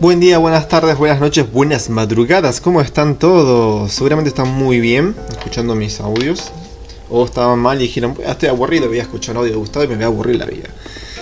Buen día, buenas tardes, buenas noches, buenas madrugadas. ¿Cómo están todos? Seguramente están muy bien escuchando mis audios. O estaban mal y dijeron, estoy aburrido, voy a escuchar un audio de Gustavo y me voy a aburrir la vida.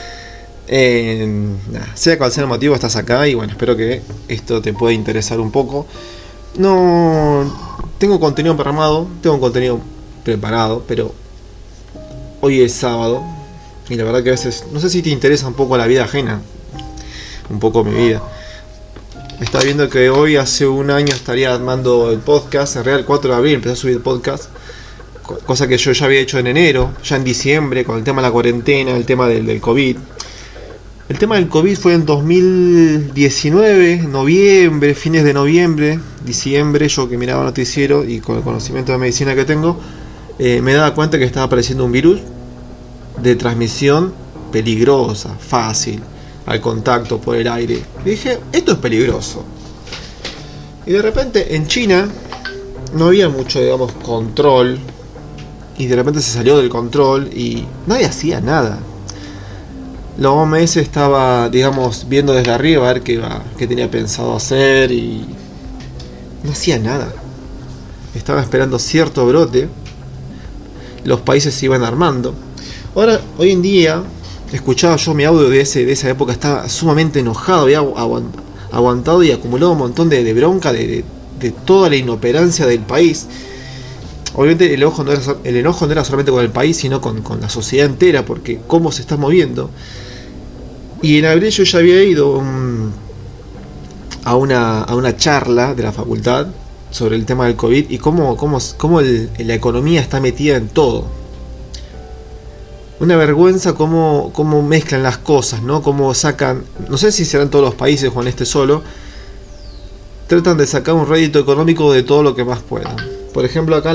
Sea cual sea el motivo, estás acá y bueno, espero que esto te pueda interesar un poco. No tengo contenido programado, tengo contenido preparado, pero hoy es sábado y la verdad que a veces, no sé si te interesa un poco la vida ajena, un poco mi vida. Estaba viendo que hoy hace un año estaría armando el podcast, en realidad el 4 de abril empecé a subir el podcast, cosa que yo ya había hecho en enero, ya en diciembre, con el tema de la cuarentena, el tema del COVID. El tema del COVID fue en 2019, noviembre, fines de noviembre, diciembre, yo que miraba noticiero y con el conocimiento de medicina que tengo, me daba cuenta que estaba apareciendo un virus de transmisión peligrosa, fácil, al contacto por el aire. Y dije, esto es peligroso. Y de repente en China no había mucho, digamos, control. Y de repente se salió del control y nadie hacía nada. La OMS estaba, digamos, viendo desde arriba a ver qué tenía pensado hacer y no hacía nada. Estaba esperando cierto brote. Los países se iban armando. Ahora, hoy en día, escuchaba yo mi audio de esa época, estaba sumamente enojado, había aguantado y acumulado un montón de bronca de toda la inoperancia del país. Obviamente el enojo no era solamente con el país, sino con la sociedad entera, porque cómo se está moviendo. Y en abril yo ya había ido a una charla de la facultad sobre el tema del COVID y cómo la economía está metida en todo. Una vergüenza cómo mezclan las cosas, ¿no? Cómo sacan, no sé si serán todos los países o en este solo, tratan de sacar un rédito económico de todo lo que más puedan. Por ejemplo, acá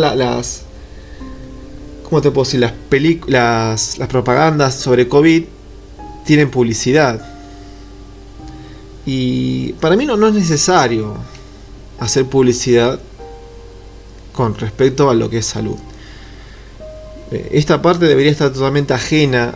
¿cómo te puedo decir? Las propagandas sobre COVID tienen publicidad. Y para mí no es necesario hacer publicidad con respecto a lo que es salud. Esta parte debería estar totalmente ajena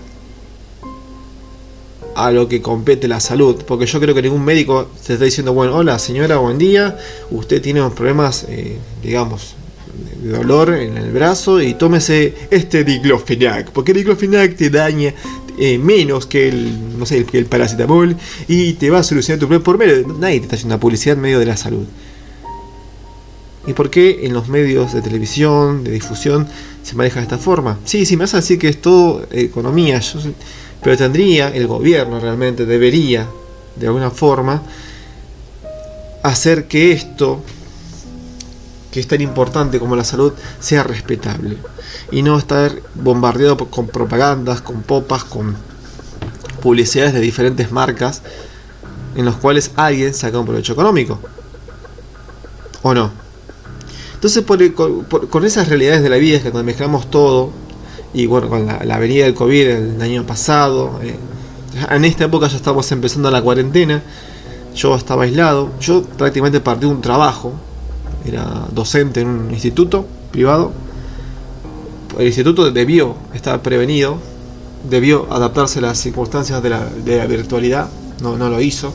a lo que compete la salud, porque yo creo que ningún médico te está diciendo, bueno, hola señora, buen día, usted tiene unos problemas, digamos, de dolor en el brazo y tómese este diclofenac, porque el diclofenac te daña menos que el paracetamol y te va a solucionar tu problema por medio. Nadie te está haciendo una publicidad en medio de la salud. ¿Y por qué en los medios de televisión, de difusión, se maneja de esta forma? Sí, me vas a decir que es todo economía, pero tendría, el gobierno realmente debería, de alguna forma, hacer que esto, que es tan importante como la salud, sea respetable. Y no estar bombardeado con propagandas, con popas, con publicidades de diferentes marcas, en los cuales alguien saca un provecho económico. ¿O no? Entonces con esas realidades de la vida es que cuando mezclamos todo, y bueno, con la venida del COVID el año pasado, en esta época ya estamos empezando la cuarentena, yo estaba aislado, yo prácticamente perdí un trabajo, era docente en un instituto privado, el instituto debió estar prevenido, debió adaptarse a las circunstancias de la virtualidad, no lo hizo.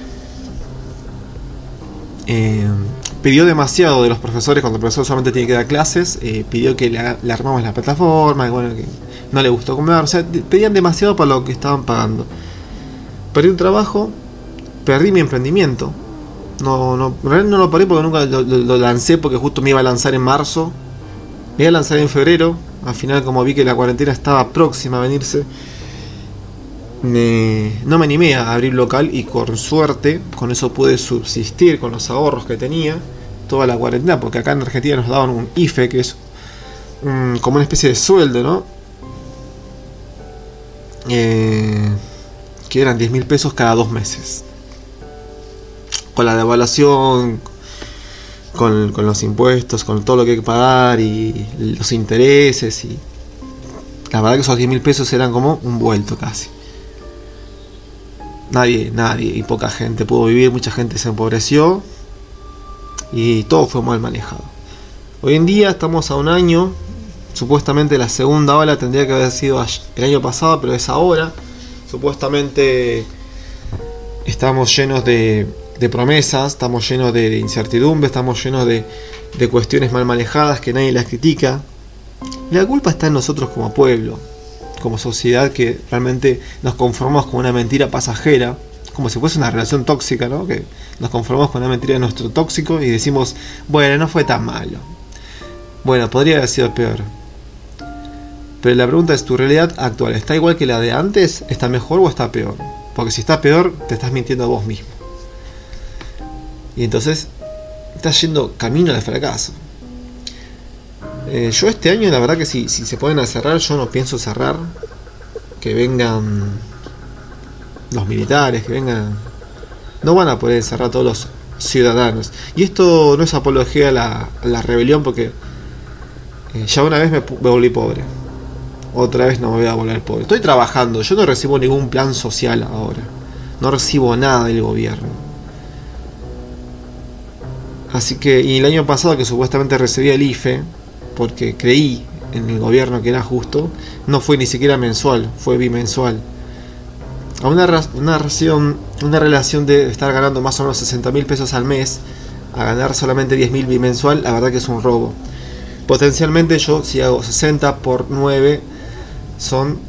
Pidió demasiado de los profesores cuando el profesor solamente tiene que dar clases, pidió que le armamos la plataforma, y bueno, que no le gustó comer, o sea, pedían demasiado para lo que estaban pagando. Perdí un trabajo, perdí mi emprendimiento, en realidad no lo perdí porque nunca lo lancé, porque justo me iba a lanzar en marzo, me iba a lanzar en febrero, al final como vi que la cuarentena estaba próxima a venirse, no me animé a abrir local y con suerte con eso pude subsistir con los ahorros que tenía toda la cuarentena, porque acá en Argentina nos daban un IFE, que es como una especie de sueldo, ¿no? Que eran 10.000 pesos cada 2 meses, con la devaluación, con los impuestos, con todo lo que hay que pagar y los intereses, y la verdad que esos 10.000 pesos eran como un vuelto casi. Nadie y poca gente pudo vivir, mucha gente se empobreció y todo fue mal manejado. Hoy en día estamos a un año, supuestamente la segunda ola tendría que haber sido el año pasado, pero es ahora. Supuestamente estamos llenos de de promesas, estamos llenos de incertidumbre, estamos llenos de cuestiones mal manejadas que nadie las critica. Y la culpa está en nosotros como pueblo, como sociedad, que realmente nos conformamos con una mentira pasajera, como si fuese una relación tóxica, ¿no? Que nos conformamos con una mentira de nuestro tóxico y decimos, bueno, no fue tan malo. Bueno, podría haber sido peor. Pero la pregunta es, ¿tu realidad actual está igual que la de antes? ¿Está mejor o está peor? Porque si está peor, te estás mintiendo a vos mismo. Y entonces, estás yendo camino al fracaso. Yo este año, la verdad que si se ponen a cerrar, yo no pienso cerrar. Que vengan los militares, que vengan... No van a poder cerrar todos los ciudadanos. Y esto no es apología a la rebelión, porque ya una vez me volví pobre. Otra vez no me voy a volver pobre. Estoy trabajando, yo no recibo ningún plan social ahora. No recibo nada del gobierno. Así que, y el año pasado que supuestamente recibía el IFE, porque creí en el gobierno que era justo, no fue ni siquiera mensual, fue bimensual. A una relación de estar ganando más o menos 60.000 pesos al mes a ganar solamente 10.000 bimensual, la verdad que es un robo. Potencialmente yo, si hago 60 por 9, son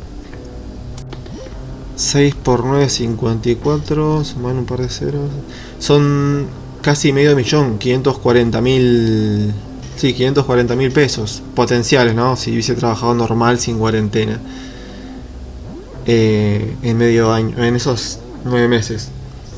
6 por 9, 54, suman un par de ceros, son casi medio millón, 540.000, sí, 540.000 pesos potenciales, ¿no? Si hubiese trabajado normal, sin cuarentena, en medio año, en esos 9 meses,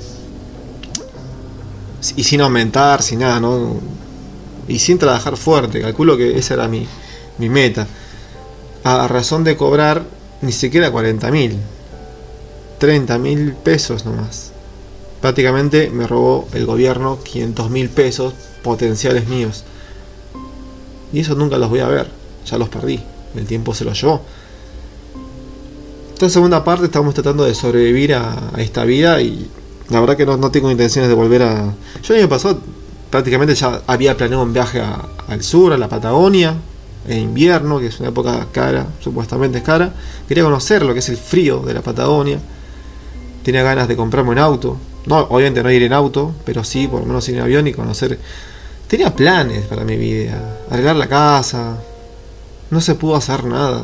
y sin aumentar, sin nada, ¿no? Y sin trabajar fuerte. Calculo que esa era mi meta, a razón de cobrar ni siquiera 40.000, 30.000 pesos nomás. Prácticamente me robó el gobierno 500.000 pesos potenciales míos. Y eso nunca los voy a ver. Ya los perdí. El tiempo se los llevó. Esta segunda parte estamos tratando de sobrevivir a esta vida. Y la verdad que no tengo intenciones de volver a... Yo el año pasado prácticamente ya había planeado un viaje al sur, a la Patagonia, en invierno, que es una época cara, supuestamente es cara. Quería conocer lo que es el frío de la Patagonia. Tenía ganas de comprarme un auto. No, obviamente no ir en auto, pero sí por lo menos ir en avión y conocer. Tenía planes para mi vida, arreglar la casa. No se pudo hacer nada.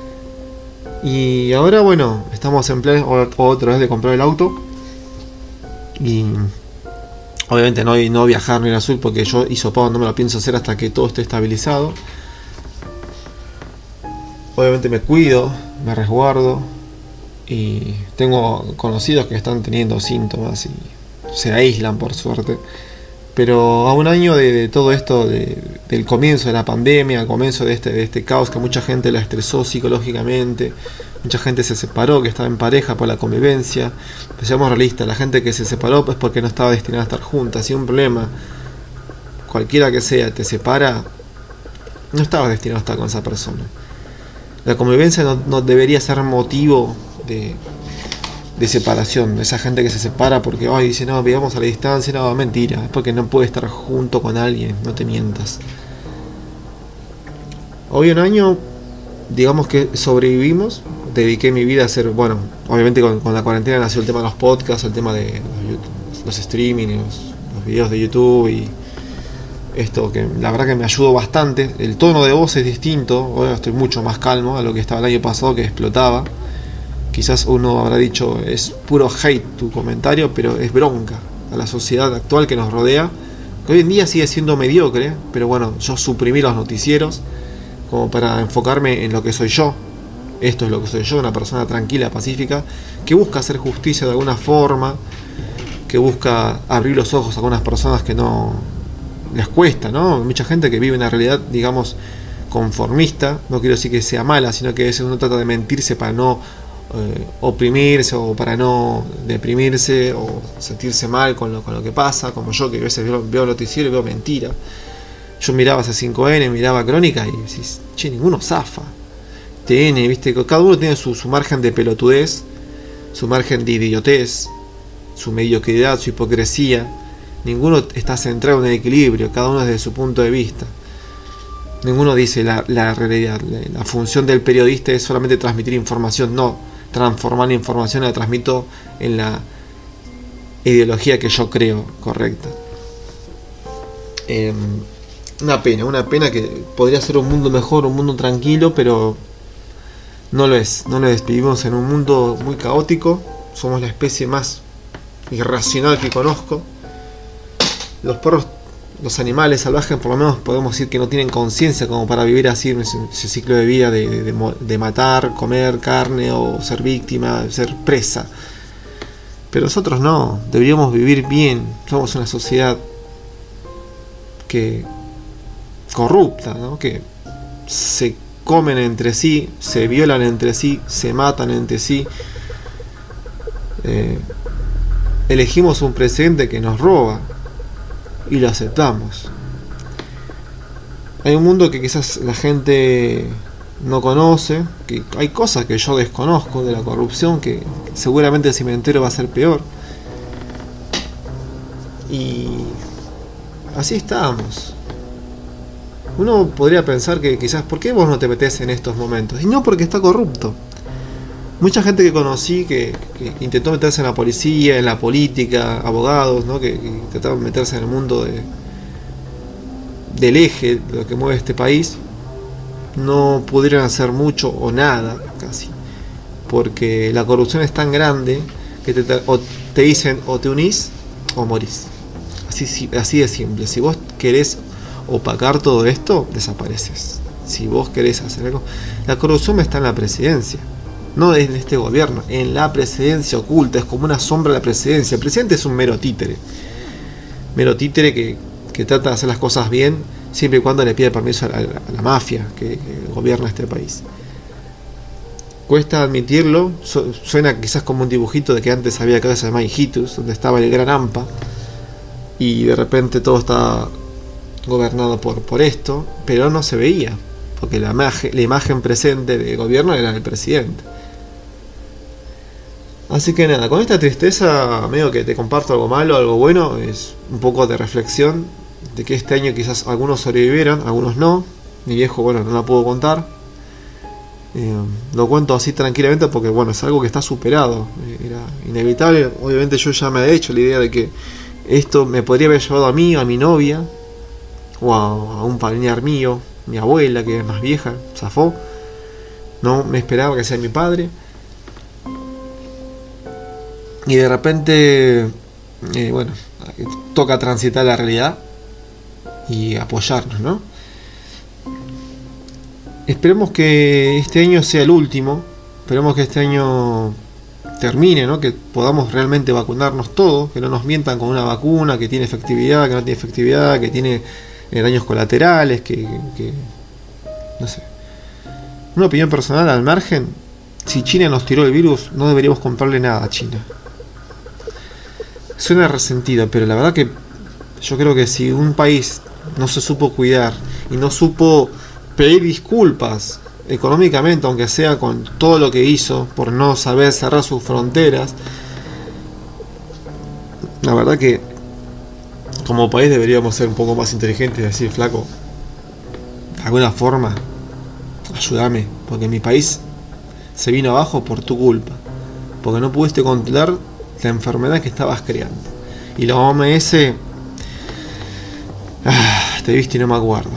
Y ahora, bueno, estamos en planes otra vez de comprar el auto. Y obviamente no viajar ni ir al sur, porque yo hisopado no me lo pienso hacer hasta que todo esté estabilizado. Obviamente me cuido, me resguardo. Y tengo conocidos que están teniendo síntomas y se aíslan, por suerte. Pero a un año de todo esto, del comienzo de la pandemia, al comienzo de este caos que mucha gente la estresó psicológicamente, mucha gente se separó, que estaba en pareja por la convivencia. Pues seamos realistas, la gente que se separó pues porque no estaba destinada a estar junta. Si un problema, cualquiera que sea, te separa, no estabas destinado a estar con esa persona. La convivencia no debería ser motivo de separación. Esa gente que se separa porque dice, no, vivamos a la distancia, no, mentira, es porque no puede estar junto con alguien, no te mientas. Hoy un año, digamos que sobrevivimos, dediqué mi vida a hacer, bueno, obviamente con la cuarentena nació el tema de los podcasts, el tema de los streaming, los videos de YouTube, y esto que la verdad que me ayudó bastante. El tono de voz es distinto, ahora estoy mucho más calmo a lo que estaba el año pasado, que explotaba. Quizás uno habrá dicho, es puro hate tu comentario, pero es bronca a la sociedad actual que nos rodea, que hoy en día sigue siendo mediocre, pero bueno, yo suprimí los noticieros como para enfocarme en lo que soy yo. Esto es lo que soy yo, una persona tranquila, pacífica, que busca hacer justicia de alguna forma, que busca abrir los ojos a algunas personas que no les cuesta, ¿no? Mucha gente que vive una realidad, digamos, conformista. No quiero decir que sea mala, sino que a veces uno trata de mentirse para no oprimirse, o para no deprimirse o sentirse mal con lo que pasa, como yo, que a veces veo noticiero y veo mentira. Yo miraba C5N, miraba Crónica y decís, che, ninguno zafa. TN, viste, cada uno tiene su margen de pelotudez, su margen de idiotez, su mediocridad, su hipocresía. Ninguno está centrado en el equilibrio, cada uno desde su punto de vista. Ninguno dice la realidad. La función del periodista es solamente transmitir información, no transformar la información, la transmito en ideología que yo creo correcta. Una pena que podría ser un mundo mejor, un mundo tranquilo, pero no lo es. Vivimos en un mundo muy caótico, somos la especie más irracional que conozco. Los perros, los animales salvajes, por lo menos podemos decir que no tienen conciencia como para vivir así en ese ciclo de vida de matar, comer carne o ser víctima, ser presa. Pero nosotros no, deberíamos vivir bien. Somos una sociedad que corrupta, ¿no? Que se comen entre sí, se violan entre sí, se matan entre sí. Elegimos un presidente que nos roba y lo aceptamos. Hay un mundo que quizás la gente no conoce, que hay cosas que yo desconozco de la corrupción, que seguramente si me entero va a ser peor. Y así estamos. Uno podría pensar que quizás, ¿por qué vos no te metés en estos momentos? Y no, porque está corrupto. Mucha gente que conocí que intentó meterse en la policía, en la política, abogados, ¿no? que intentaban meterse en el mundo del eje, de lo que mueve este país, no pudieron hacer mucho o nada, casi. Porque la corrupción es tan grande que te dicen o te unís o morís. Así de simple. Si vos querés opacar todo esto, desapareces. Si vos querés hacer algo, la corrupción está en la presidencia, no en este gobierno, en la presidencia oculta, es como una sombra de la presidencia. El presidente es un mero títere que trata de hacer las cosas bien, siempre y cuando le pide permiso a la mafia que gobierna este país. Cuesta admitirlo, suena quizás como un dibujito de que antes había casa de Hijitus, donde estaba el gran Ampa, y de repente todo está gobernado por esto, pero no se veía, porque la imagen presente del gobierno era el presidente. Así que nada, con esta tristeza, medio que te comparto algo malo, algo bueno, es un poco de reflexión de que este año quizás algunos sobrevivieron, algunos no. Mi viejo, bueno, no la puedo contar. Lo cuento así tranquilamente porque, bueno, es algo que está superado. Era inevitable. Obviamente yo ya me he hecho la idea de que esto me podría haber llevado a mí, a mi novia, o a un familiar mío, mi abuela, que es más vieja, zafó. No me esperaba que sea mi padre. Y de repente, bueno, toca transitar la realidad y apoyarnos, ¿no? Esperemos que este año sea el último. Esperemos que este año termine, ¿no? Que podamos realmente vacunarnos todos, que no nos mientan con una vacuna que tiene efectividad, que no tiene efectividad, que tiene daños colaterales, que no sé. Una opinión personal al margen: si China nos tiró el virus, no deberíamos comprarle nada a China. Suena resentido, pero la verdad que yo creo que si un país no se supo cuidar y no supo pedir disculpas económicamente, aunque sea con todo lo que hizo por no saber cerrar sus fronteras, la verdad que como país deberíamos ser un poco más inteligentes y decir: flaco, de alguna forma ayúdame, porque mi país se vino abajo por tu culpa, porque no pudiste controlar la enfermedad que estabas creando. Y la OMS, te viste y no me acuerdo.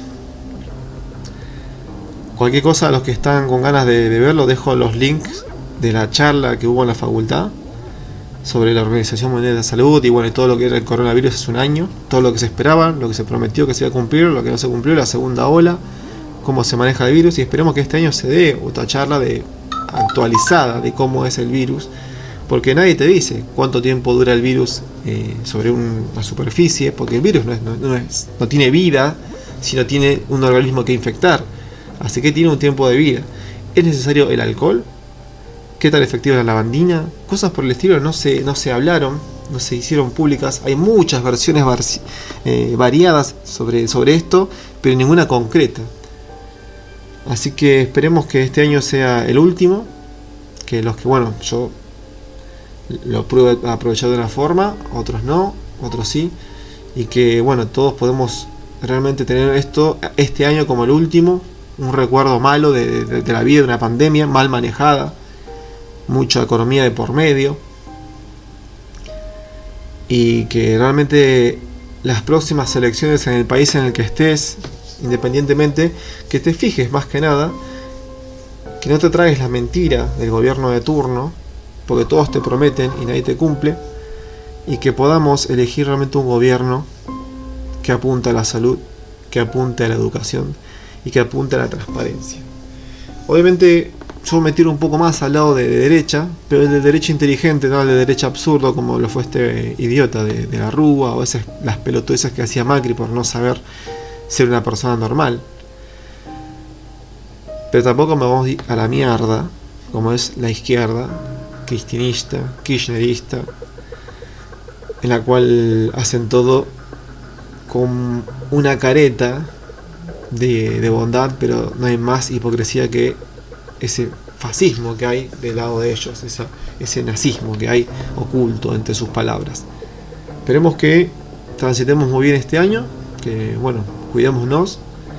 Cualquier cosa, a los que están con ganas de verlo, dejo los links de la charla que hubo en la facultad sobre la Organización Mundial de la Salud y bueno, y todo lo que era el coronavirus hace un año, todo lo que se esperaba, lo que se prometió que se iba a cumplir, lo que no se cumplió, la segunda ola, cómo se maneja el virus, y esperemos que este año se dé otra charla actualizada de cómo es el virus, porque nadie te dice cuánto tiempo dura el virus sobre una superficie, porque el virus no tiene vida si no tiene un organismo que infectar, así que tiene un tiempo de vida. ¿Es necesario el alcohol? ¿Qué tan efectiva es la lavandina? Cosas por el estilo no se hablaron, no se hicieron públicas. Hay muchas versiones variadas sobre esto, pero ninguna concreta. Así que esperemos que este año sea el último, que los que, bueno, yo lo pude aprovechar de una forma, otros no, otros sí, y que, bueno, todos podemos realmente tener este año como el último, un recuerdo malo de la vida de una pandemia mal manejada, mucha economía de por medio. y que realmente las próximas elecciones en el país en el que estés, independientemente, que te fijes más que nada, que no te tragues la mentira del gobierno de turno, porque todos te prometen y nadie te cumple, y que podamos elegir realmente un gobierno que apunte a la salud, que apunte a la educación y que apunte a la transparencia. Obviamente yo me tiro un poco más al lado de derecha, pero el de derecha inteligente, no el de derecha absurdo como lo fue este idiota de la Rúa, o esas las pelotudeces que hacía Macri por no saber ser una persona normal. Pero tampoco me vamos a la mierda, como es la izquierda, cristinista, kirchnerista, en la cual hacen todo con una careta de bondad, pero no hay más hipocresía que ese fascismo que hay del lado de ellos, ese nazismo que hay oculto entre sus palabras. Esperemos que transitemos muy bien este año, que bueno, cuidémonos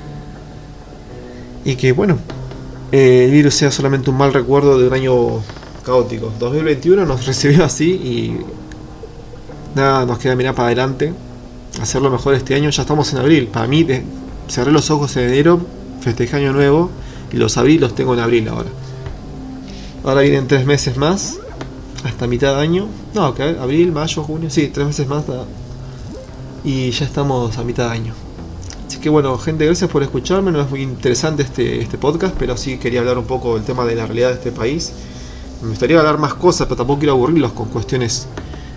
y que bueno, el virus sea solamente un mal recuerdo de un año caótico. 2021 nos recibió así y nada, nos queda mirar para adelante, hacerlo mejor este año. Ya estamos en abril. Para mí, cerré los ojos en enero, festejé año nuevo y los abrí, los tengo en abril ahora. Ahora vienen 3 meses más, hasta mitad de año. No, que abril, mayo, junio, sí, 3 meses más y ya estamos a mitad de año. Así que bueno, gente, gracias por escucharme. No es muy interesante este podcast, pero sí quería hablar un poco del tema de la realidad de este país. Me gustaría hablar más cosas, pero tampoco quiero aburrirlos con cuestiones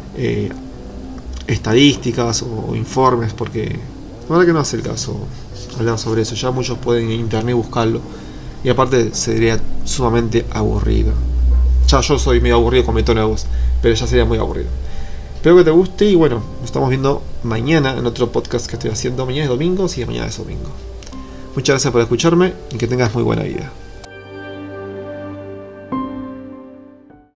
estadísticas o informes, porque la verdad que no hace el caso hablar sobre eso. Ya muchos pueden en internet buscarlo y aparte sería sumamente aburrido. Ya yo soy medio aburrido con mi tono de voz, pero ya sería muy aburrido. Espero que te guste y bueno, nos estamos viendo mañana en otro podcast que estoy haciendo. Mañana es domingo, sí, mañana es domingo. Muchas gracias por escucharme y que tengas muy buena vida.